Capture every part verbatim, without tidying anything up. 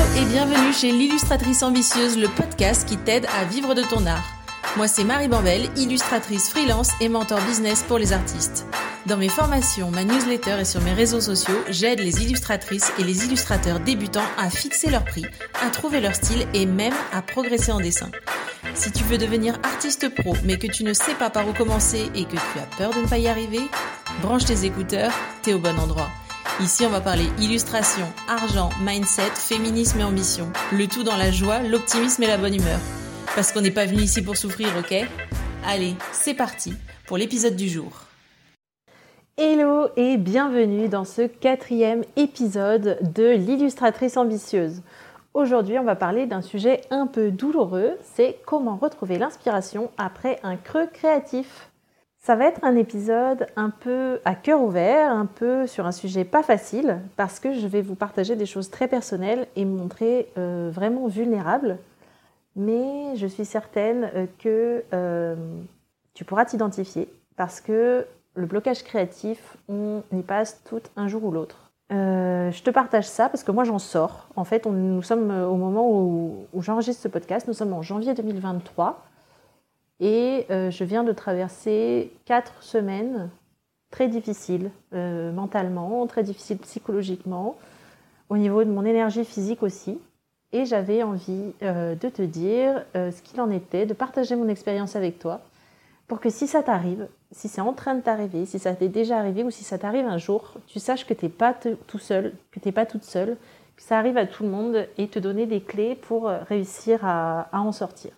et bienvenue chez l'Illustratrice Ambitieuse, le podcast qui t'aide à vivre de ton art. Moi c'est Marie Bambel, illustratrice freelance et mentor business pour les artistes. Dans mes formations, ma newsletter et sur mes réseaux sociaux, j'aide les illustratrices et les illustrateurs débutants à fixer leur prix, à trouver leur style et même à progresser en dessin. Si tu veux devenir artiste pro mais que tu ne sais pas par où commencer et que tu as peur de ne pas y arriver, branche tes écouteurs, t'es au bon endroit. Ici, on va parler illustration, argent, mindset, féminisme et ambition. Le tout dans la joie, l'optimisme et la bonne humeur. Parce qu'on n'est pas venu ici pour souffrir, ok ? Allez, c'est parti pour l'épisode du jour. Hello et bienvenue dans ce quatrième épisode de l'Illustratrice Ambitieuse. Aujourd'hui, on va parler d'un sujet un peu douloureux, c'est comment retrouver l'inspiration après un creux créatif. Ça va être un épisode un peu à cœur ouvert, un peu sur un sujet pas facile, parce que je vais vous partager des choses très personnelles et me montrer euh, vraiment vulnérable. Mais je suis certaine que euh, tu pourras t'identifier, parce que le blocage créatif, on y passe tout un jour ou l'autre. Euh, je te partage ça parce que moi j'en sors. En fait, on, nous sommes au moment où, où j'enregistre ce podcast, nous sommes en janvier deux mille vingt-trois. Et euh, je viens de traverser quatre semaines très difficiles euh, mentalement, très difficiles psychologiquement, au niveau de mon énergie physique aussi. Et j'avais envie euh, de te dire euh, ce qu'il en était, de partager mon expérience avec toi, pour que si ça t'arrive, si c'est en train de t'arriver, si ça t'est déjà arrivé ou si ça t'arrive un jour, tu saches que tu n'es pas te, tout seul, que tu n'es pas toute seule, que ça arrive à tout le monde et te donner des clés pour réussir à, à en sortir.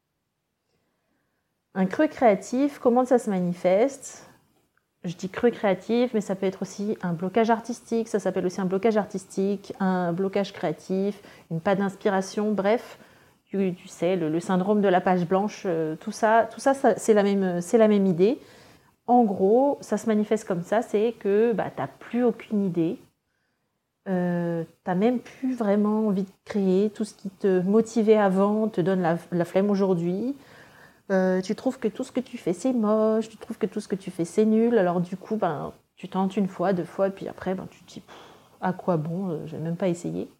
Un creux créatif, comment ça se manifeste ? Je dis creux créatif, mais ça peut être aussi un blocage artistique, ça s'appelle aussi un blocage artistique, un blocage créatif, une panne d'inspiration, bref, tu, tu sais, le, le syndrome de la page blanche, euh, tout ça, tout ça, ça c'est, la même, c'est la même idée. En gros, ça se manifeste comme ça, c'est que bah, tu n'as plus aucune idée, euh, tu n'as même plus vraiment envie de créer, tout ce qui te motivait avant te donne la, la flemme aujourd'hui. Euh, tu trouves que tout ce que tu fais c'est moche, tu trouves que tout ce que tu fais c'est nul, alors du coup ben, tu tentes une fois, deux fois, et puis après ben, tu te dis à quoi bon, euh, je vais même pas essayer.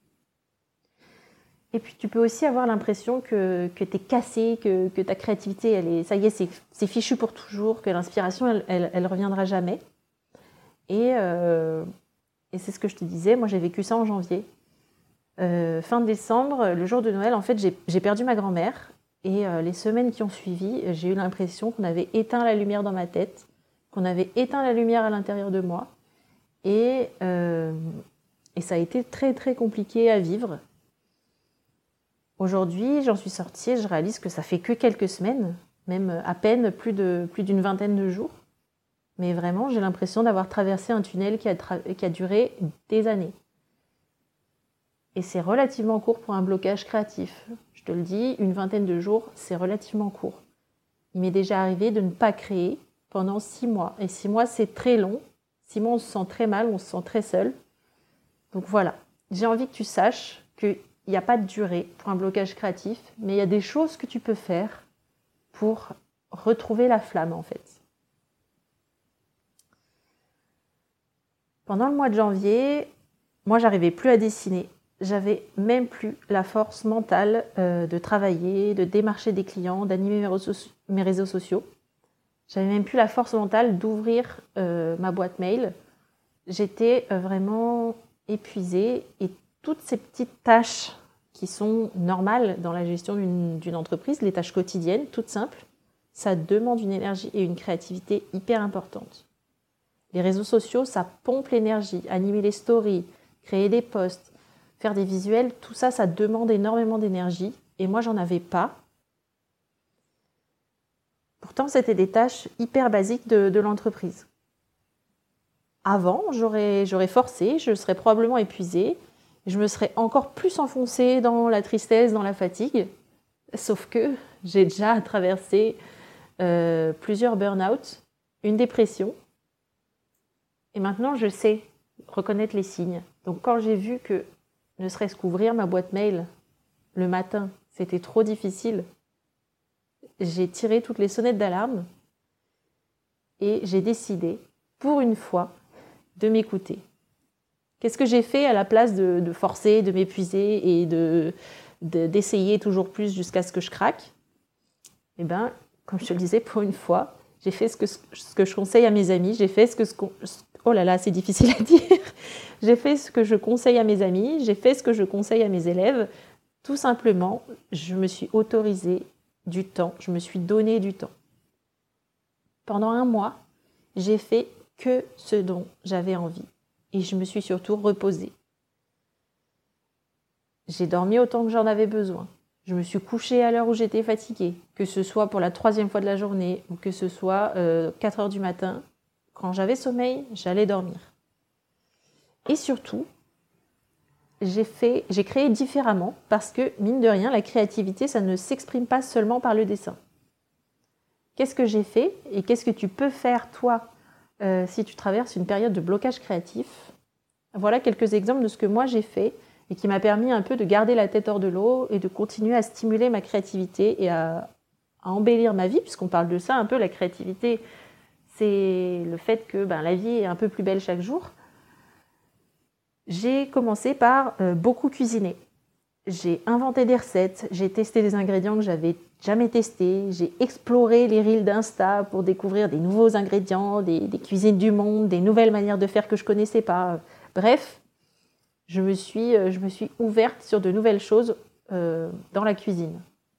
Et puis tu peux aussi avoir l'impression que, que tu es cassé, que, que ta créativité, elle est, ça y est, c'est, c'est fichu pour toujours, que l'inspiration elle, elle, elle reviendra jamais. Et, euh, et c'est ce que je te disais, moi j'ai vécu ça en janvier. Euh, fin décembre, le jour de Noël, en fait j'ai, j'ai perdu ma grand-mère. Et euh, les semaines qui ont suivi, j'ai eu l'impression qu'on avait éteint la lumière dans ma tête, qu'on avait éteint la lumière à l'intérieur de moi. Et, euh, et ça a été très très compliqué à vivre. Aujourd'hui, j'en suis sortie et je réalise que ça fait que quelques semaines, même à peine plus, de, plus d'une vingtaine de jours. Mais vraiment, j'ai l'impression d'avoir traversé un tunnel qui a, tra- qui a duré des années. Et c'est relativement court pour un blocage créatif. Je te le dis, une vingtaine de jours, c'est relativement court. Il m'est déjà arrivé de ne pas créer pendant six mois. Et six mois, c'est très long. Six mois, on se sent très mal, on se sent très seul. Donc voilà, j'ai envie que tu saches qu'il n'y a pas de durée pour un blocage créatif, mais il y a des choses que tu peux faire pour retrouver la flamme, en fait. Pendant le mois de janvier, moi, j'arrivais plus à dessiner. J'avais même plus la force mentale euh, de travailler, de démarcher des clients, d'animer mes réseaux, mes réseaux sociaux. J'avais même plus la force mentale d'ouvrir euh, ma boîte mail. J'étais euh, vraiment épuisée et toutes ces petites tâches qui sont normales dans la gestion d'une, d'une entreprise, les tâches quotidiennes, toutes simples, ça demande une énergie et une créativité hyper importantes. Les réseaux sociaux, ça pompe l'énergie, animer les stories, créer des posts, faire des visuels, tout ça, ça demande énormément d'énergie. Et moi, j'en avais pas. Pourtant, c'était des tâches hyper basiques de, de l'entreprise. Avant, j'aurais, j'aurais forcé, je serais probablement épuisée. Je me serais encore plus enfoncée dans la tristesse, dans la fatigue. Sauf que j'ai déjà traversé euh, plusieurs burn-out, une dépression. Et maintenant, je sais reconnaître les signes. Donc, quand j'ai vu que ne serait-ce qu'ouvrir ma boîte mail le matin, c'était trop difficile. J'ai tiré toutes les sonnettes d'alarme et j'ai décidé, pour une fois, de m'écouter. Qu'est-ce que j'ai fait à la place de, de forcer, de m'épuiser et de, de, d'essayer toujours plus jusqu'à ce que je craque? Eh bien, comme je te le disais, pour une fois, j'ai fait ce que, ce que je conseille à mes amis, j'ai fait ce que... Ce, oh là là, c'est difficile à dire. J'ai fait ce que je conseille à mes amis, j'ai fait ce que je conseille à mes élèves. Tout simplement, je me suis autorisé du temps, je me suis donné du temps. Pendant un mois, j'ai fait que ce dont j'avais envie. Et je me suis surtout reposée. J'ai dormi autant que j'en avais besoin. Je me suis couchée à l'heure où j'étais fatiguée, que ce soit pour la troisième fois de la journée ou que ce soit euh, quatre heures du matin. Quand j'avais sommeil, j'allais dormir. Et surtout, j'ai fait, j'ai créé différemment parce que, mine de rien, la créativité, ça ne s'exprime pas seulement par le dessin. Qu'est-ce que j'ai fait et qu'est-ce que tu peux faire, toi, euh, si tu traverses une période de blocage créatif? Voilà quelques exemples de ce que moi j'ai fait et qui m'a permis un peu de garder la tête hors de l'eau et de continuer à stimuler ma créativité et à, à embellir ma vie, puisqu'on parle de ça un peu, la créativité, c'est le fait que ben, la vie est un peu plus belle chaque jour. J'ai commencé par euh, beaucoup cuisiner. J'ai inventé des recettes, j'ai testé des ingrédients que j'avais jamais testés, j'ai exploré les reels d'Insta pour découvrir des nouveaux ingrédients, des, des cuisines du monde, des nouvelles manières de faire que je connaissais pas. Bref, je me suis, je me suis ouverte sur de nouvelles choses euh, dans la cuisine.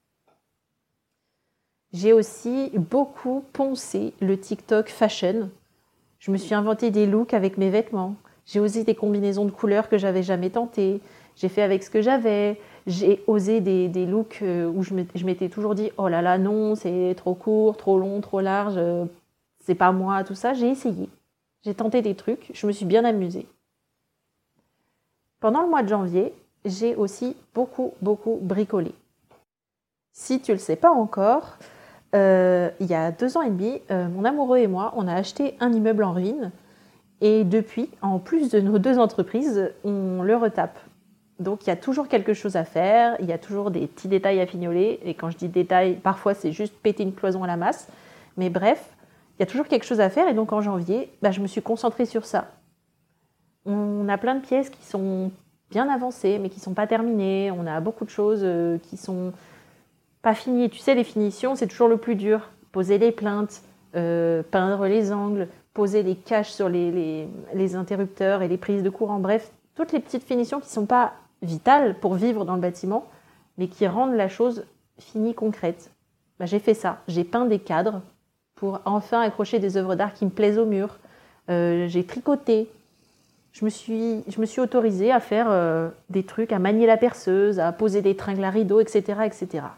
J'ai aussi beaucoup poncé le TikTok fashion. Je me suis inventé des looks avec mes vêtements. J'ai osé des combinaisons de couleurs que j'avais jamais tentées. J'ai fait avec ce que j'avais. J'ai osé des, des looks où je m'étais toujours dit « Oh là là, non, c'est trop court, trop long, trop large, c'est pas moi, tout ça. » J'ai essayé. J'ai tenté des trucs. Je me suis bien amusée. Pendant le mois de janvier, j'ai aussi beaucoup, beaucoup bricolé. Si tu ne le sais pas encore, euh, il y a deux ans et demi, euh, mon amoureux et moi, on a acheté un immeuble en ruine. Et depuis, en plus de nos deux entreprises, on le retape. Donc il y a toujours quelque chose à faire, il y a toujours des petits détails à fignoler. Et quand je dis détails, parfois c'est juste péter une cloison à la masse. Mais bref, il y a toujours quelque chose à faire. Et donc en janvier, bah, je me suis concentrée sur ça. On a plein de pièces qui sont bien avancées, mais qui ne sont pas terminées. On a beaucoup de choses qui ne sont pas finies. Tu sais, les finitions, c'est toujours le plus dur. Poser les plaintes, euh, peindre les angles, poser les caches sur les, les, les interrupteurs et les prises de courant. Bref, toutes les petites finitions qui ne sont pas vitales pour vivre dans le bâtiment, mais qui rendent la chose finie, concrète. Bah, j'ai fait ça. J'ai peint des cadres pour enfin accrocher des œuvres d'art qui me plaisent au mur. Euh, j'ai tricoté. Je me suis, je me suis autorisée à faire euh, des trucs, à manier la perceuse, à poser des tringles à rideaux, et cetera, et cetera.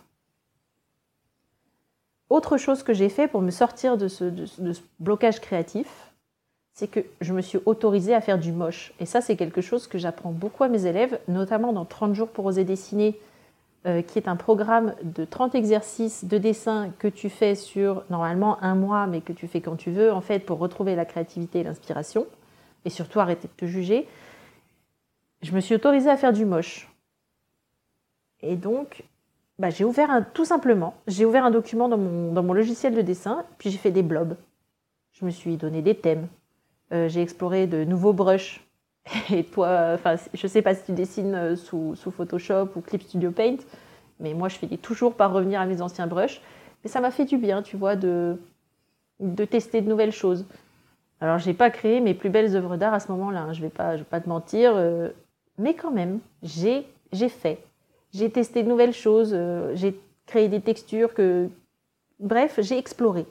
Autre chose que j'ai fait pour me sortir de ce, de, de ce blocage créatif, c'est que je me suis autorisée à faire du moche. Et ça, c'est quelque chose que j'apprends beaucoup à mes élèves, notamment dans trente jours pour oser dessiner, euh, qui est un programme de trente exercices de dessin que tu fais sur, normalement, un mois, mais que tu fais quand tu veux, en fait, pour retrouver la créativité et l'inspiration. Et surtout arrêter de te juger, je me suis autorisée à faire du moche. Et donc, bah, j'ai ouvert un, tout simplement, j'ai ouvert un document dans mon, dans mon logiciel de dessin, puis j'ai fait des blobs. Je me suis donné des thèmes. Euh, j'ai exploré de nouveaux brushes. Et toi, enfin, je ne sais pas si tu dessines sous, sous Photoshop ou Clip Studio Paint, mais moi, je finis toujours par revenir à mes anciens brushes. Mais ça m'a fait du bien, tu vois, de, de tester de nouvelles choses. Alors, je n'ai pas créé mes plus belles œuvres d'art à ce moment-là, hein. Je ne vais pas, je vais pas te mentir, euh, mais quand même, j'ai, j'ai fait. J'ai testé de nouvelles choses, euh, j'ai créé des textures que... Bref, j'ai exploré.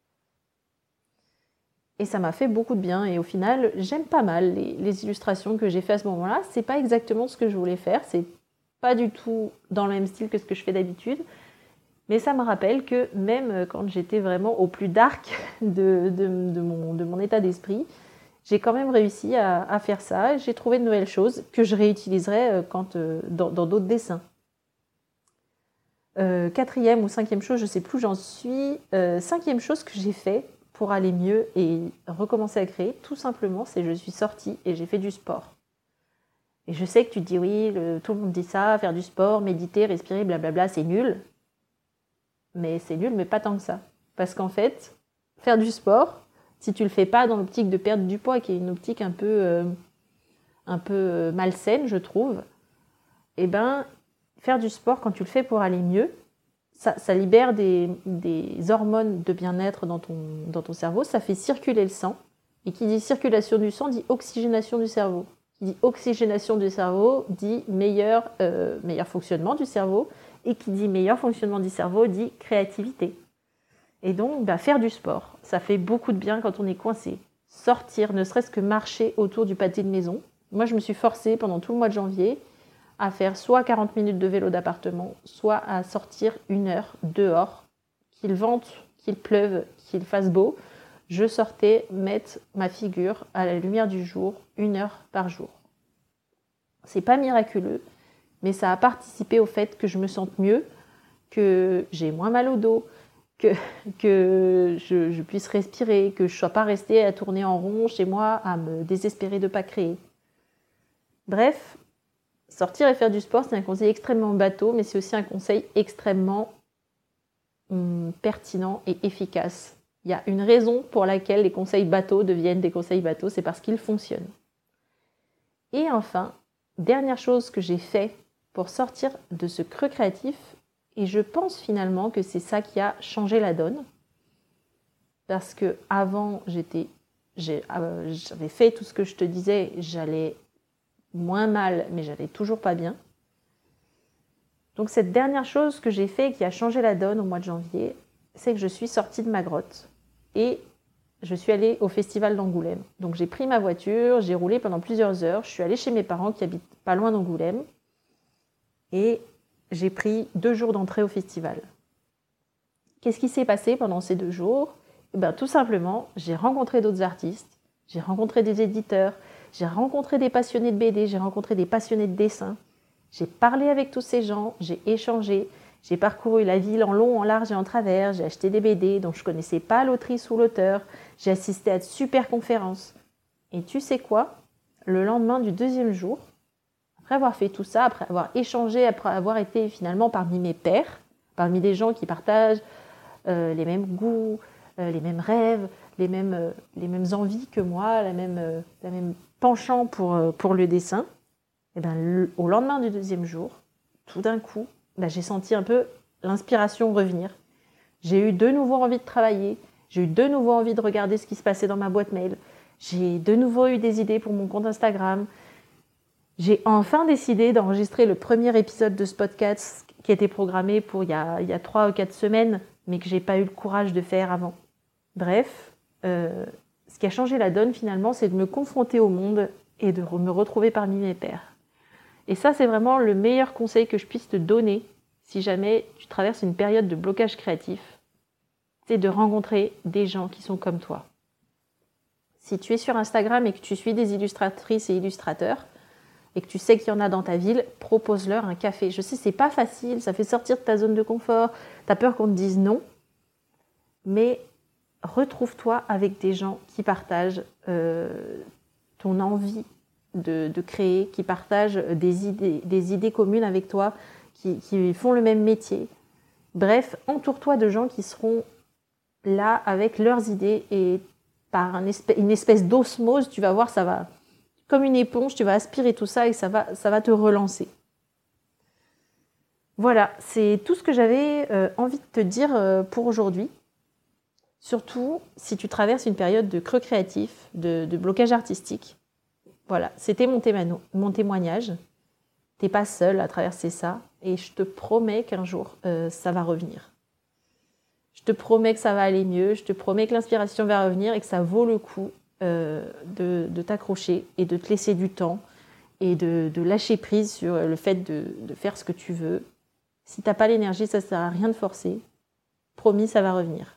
Et ça m'a fait beaucoup de bien. Et au final, j'aime pas mal les, les illustrations que j'ai fait à ce moment-là. C'est pas exactement ce que je voulais faire, c'est pas du tout dans le même style que ce que je fais d'habitude. Mais ça me rappelle que même quand j'étais vraiment au plus dark de, de, de, mon, de mon état d'esprit, j'ai quand même réussi à, à faire ça. J'ai trouvé de nouvelles choses que je réutiliserai quand, dans, dans d'autres dessins. Euh, quatrième ou cinquième chose, je ne sais plus où j'en suis. Euh, cinquième chose que j'ai fait pour aller mieux et recommencer à créer, tout simplement, c'est que je suis sortie et j'ai fait du sport. Et je sais que tu te dis, oui, le, tout le monde dit ça, faire du sport, méditer, respirer, blablabla, c'est nul. Mais c'est nul, mais pas tant que ça. Parce qu'en fait, faire du sport, si tu le fais pas dans l'optique de perdre du poids, qui est une optique un peu, euh, un peu malsaine, je trouve, eh ben, faire du sport quand tu le fais pour aller mieux, ça, ça libère des, des hormones de bien-être dans ton, dans ton cerveau, ça fait circuler le sang. Et qui dit circulation du sang dit oxygénation du cerveau. Qui dit oxygénation du cerveau dit meilleur, euh, meilleur fonctionnement du cerveau. Et qui dit meilleur fonctionnement du cerveau dit créativité. Et donc, bah, faire du sport, ça fait beaucoup de bien quand on est coincé. Sortir, ne serait-ce que marcher autour du pâté de maison. Moi, je me suis forcée pendant tout le mois de janvier à faire soit quarante minutes de vélo d'appartement, soit à sortir une heure dehors, qu'il vente, qu'il pleuve, qu'il fasse beau. Je sortais mettre ma figure à la lumière du jour, une heure par jour. C'est pas miraculeux, mais ça a participé au fait que je me sente mieux, que j'ai moins mal au dos, que, que je, je puisse respirer, que je ne sois pas restée à tourner en rond chez moi, à me désespérer de ne pas créer. Bref, sortir et faire du sport, c'est un conseil extrêmement bateau, mais c'est aussi un conseil extrêmement hum, pertinent et efficace. Il y a une raison pour laquelle les conseils bateaux deviennent des conseils bateaux, c'est parce qu'ils fonctionnent. Et enfin, dernière chose que j'ai fait pour sortir de ce creux créatif, et je pense finalement que c'est ça qui a changé la donne, parce que avant j'étais, j'ai, euh, j'avais fait tout ce que je te disais, j'allais moins mal, mais j'allais toujours pas bien. Donc cette dernière chose que j'ai fait qui a changé la donne au mois de janvier, c'est que je suis sortie de ma grotte. Et je suis allée au festival d'Angoulême. Donc j'ai pris ma voiture, j'ai roulé pendant plusieurs heures. Je suis allée chez mes parents qui habitent pas loin d'Angoulême. Et j'ai pris deux jours d'entrée au festival. Qu'est-ce qui s'est passé pendant ces deux jours ? Eh bien, tout simplement, j'ai rencontré d'autres artistes, j'ai rencontré des éditeurs, j'ai rencontré des passionnés de B D, j'ai rencontré des passionnés de dessin. J'ai parlé avec tous ces gens, j'ai échangé. J'ai parcouru la ville en long, en large et en travers. J'ai acheté des B D dont je ne connaissais pas l'autrice ou l'auteur. J'ai assisté à de super conférences. Et tu sais quoi ? Le lendemain du deuxième jour, après avoir fait tout ça, après avoir échangé, après avoir été finalement parmi mes pairs, parmi des gens qui partagent euh, les mêmes goûts, euh, les mêmes rêves, les mêmes, euh, les mêmes envies que moi, la même, euh, la même penchant pour, euh, pour le dessin, et ben, le, au lendemain du deuxième jour, tout d'un coup, ben, j'ai senti un peu l'inspiration revenir. J'ai eu de nouveau envie de travailler. J'ai eu de nouveau envie de regarder ce qui se passait dans ma boîte mail. J'ai de nouveau eu des idées pour mon compte Instagram. J'ai enfin décidé d'enregistrer le premier épisode de ce podcast qui était programmé pour il y a, il y a trois ou quatre semaines, mais que je n'ai pas eu le courage de faire avant. Bref, euh, ce qui a changé la donne finalement, c'est de me confronter au monde et de me retrouver parmi mes pairs. Et ça, c'est vraiment le meilleur conseil que je puisse te donner si jamais tu traverses une période de blocage créatif, c'est de rencontrer des gens qui sont comme toi. Si tu es sur Instagram et que tu suis des illustratrices et illustrateurs, et que tu sais qu'il y en a dans ta ville, propose-leur un café. Je sais, c'est pas facile, ça fait sortir de ta zone de confort, tu as peur qu'on te dise non, mais retrouve-toi avec des gens qui partagent euh, ton envie de, de créer, qui partagent des idées, des idées communes avec toi, qui, qui font le même métier. Bref, entoure-toi de gens qui seront là avec leurs idées et par un espèce, une espèce d'osmose, tu vas voir, ça va, comme une éponge, tu vas aspirer tout ça et ça va, ça va te relancer. Voilà, c'est tout ce que j'avais euh, envie de te dire euh, pour aujourd'hui. Surtout si tu traverses une période de creux créatif, de, de blocage artistique. Voilà, c'était mon, témano, mon témoignage. T'es pas seul à traverser ça et je te promets qu'un jour, euh, ça va revenir. Je te promets que ça va aller mieux, je te promets que l'inspiration va revenir et que ça vaut le coup euh, de, de t'accrocher et de te laisser du temps et de, de lâcher prise sur le fait de, de faire ce que tu veux. Si t'as pas l'énergie, ça ne sert à rien de forcer. Promis, ça va revenir.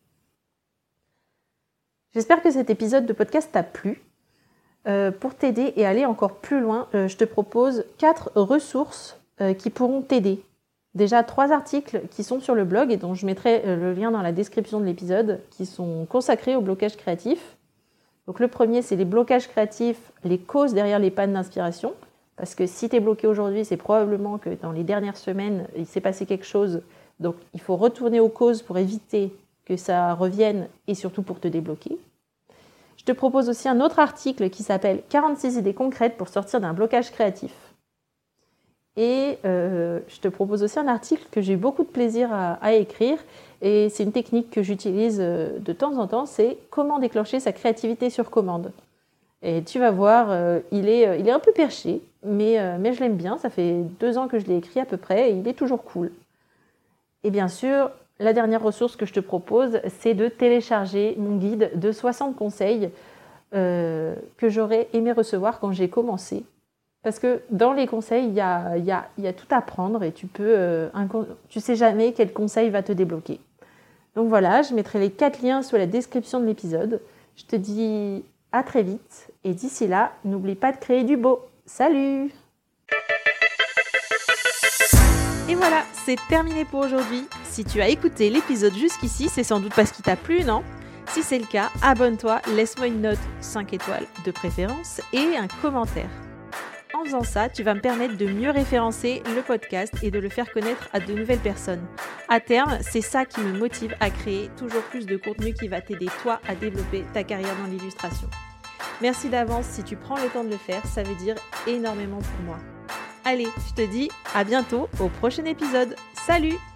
J'espère que cet épisode de podcast t'a plu. Euh, pour t'aider et aller encore plus loin, euh, je te propose quatre ressources euh, qui pourront t'aider. Déjà trois articles qui sont sur le blog et dont je mettrai euh, le lien dans la description de l'épisode, qui sont consacrés au blocage créatif. Donc le premier, c'est les blocages créatifs, les causes derrière les pannes d'inspiration. Parce que si tu es bloqué aujourd'hui, c'est probablement que dans les dernières semaines, il s'est passé quelque chose. Donc il faut retourner aux causes pour éviter que ça revienne et surtout pour te débloquer. Je te propose aussi un autre article qui s'appelle quarante-six idées concrètes pour sortir d'un blocage créatif. Et euh, je te propose aussi un article que j'ai eu beaucoup de plaisir à, à écrire. Et c'est une technique que j'utilise de temps en temps, c'est comment déclencher sa créativité sur commande. Et tu vas voir, euh, il, est, il est un peu perché, mais, euh, mais je l'aime bien. Ça fait deux ans que je l'ai écrit à peu près et il est toujours cool. Et bien sûr, la dernière ressource que je te propose, c'est de télécharger mon guide de soixante conseils euh, que j'aurais aimé recevoir quand j'ai commencé. Parce que dans les conseils, il y a, y a, y a tout à prendre et tu peux, euh, un, tu sais jamais quel conseil va te débloquer. Donc voilà, je mettrai les quatre liens sous la description de l'épisode. Je te dis à très vite et d'ici là, n'oublie pas de créer du beau. Salut! Et voilà, c'est terminé pour aujourd'hui. Si tu as écouté l'épisode jusqu'ici, c'est sans doute parce qu'il t'a plu, non ? Si c'est le cas, abonne-toi, laisse-moi une note cinq étoiles de préférence et un commentaire. En faisant ça, tu vas me permettre de mieux référencer le podcast et de le faire connaître à de nouvelles personnes. À terme, c'est ça qui me motive à créer toujours plus de contenu qui va t'aider toi à développer ta carrière dans l'illustration. Merci d'avance si tu prends le temps de le faire, ça veut dire énormément pour moi. Allez, je te dis à bientôt au prochain épisode. Salut!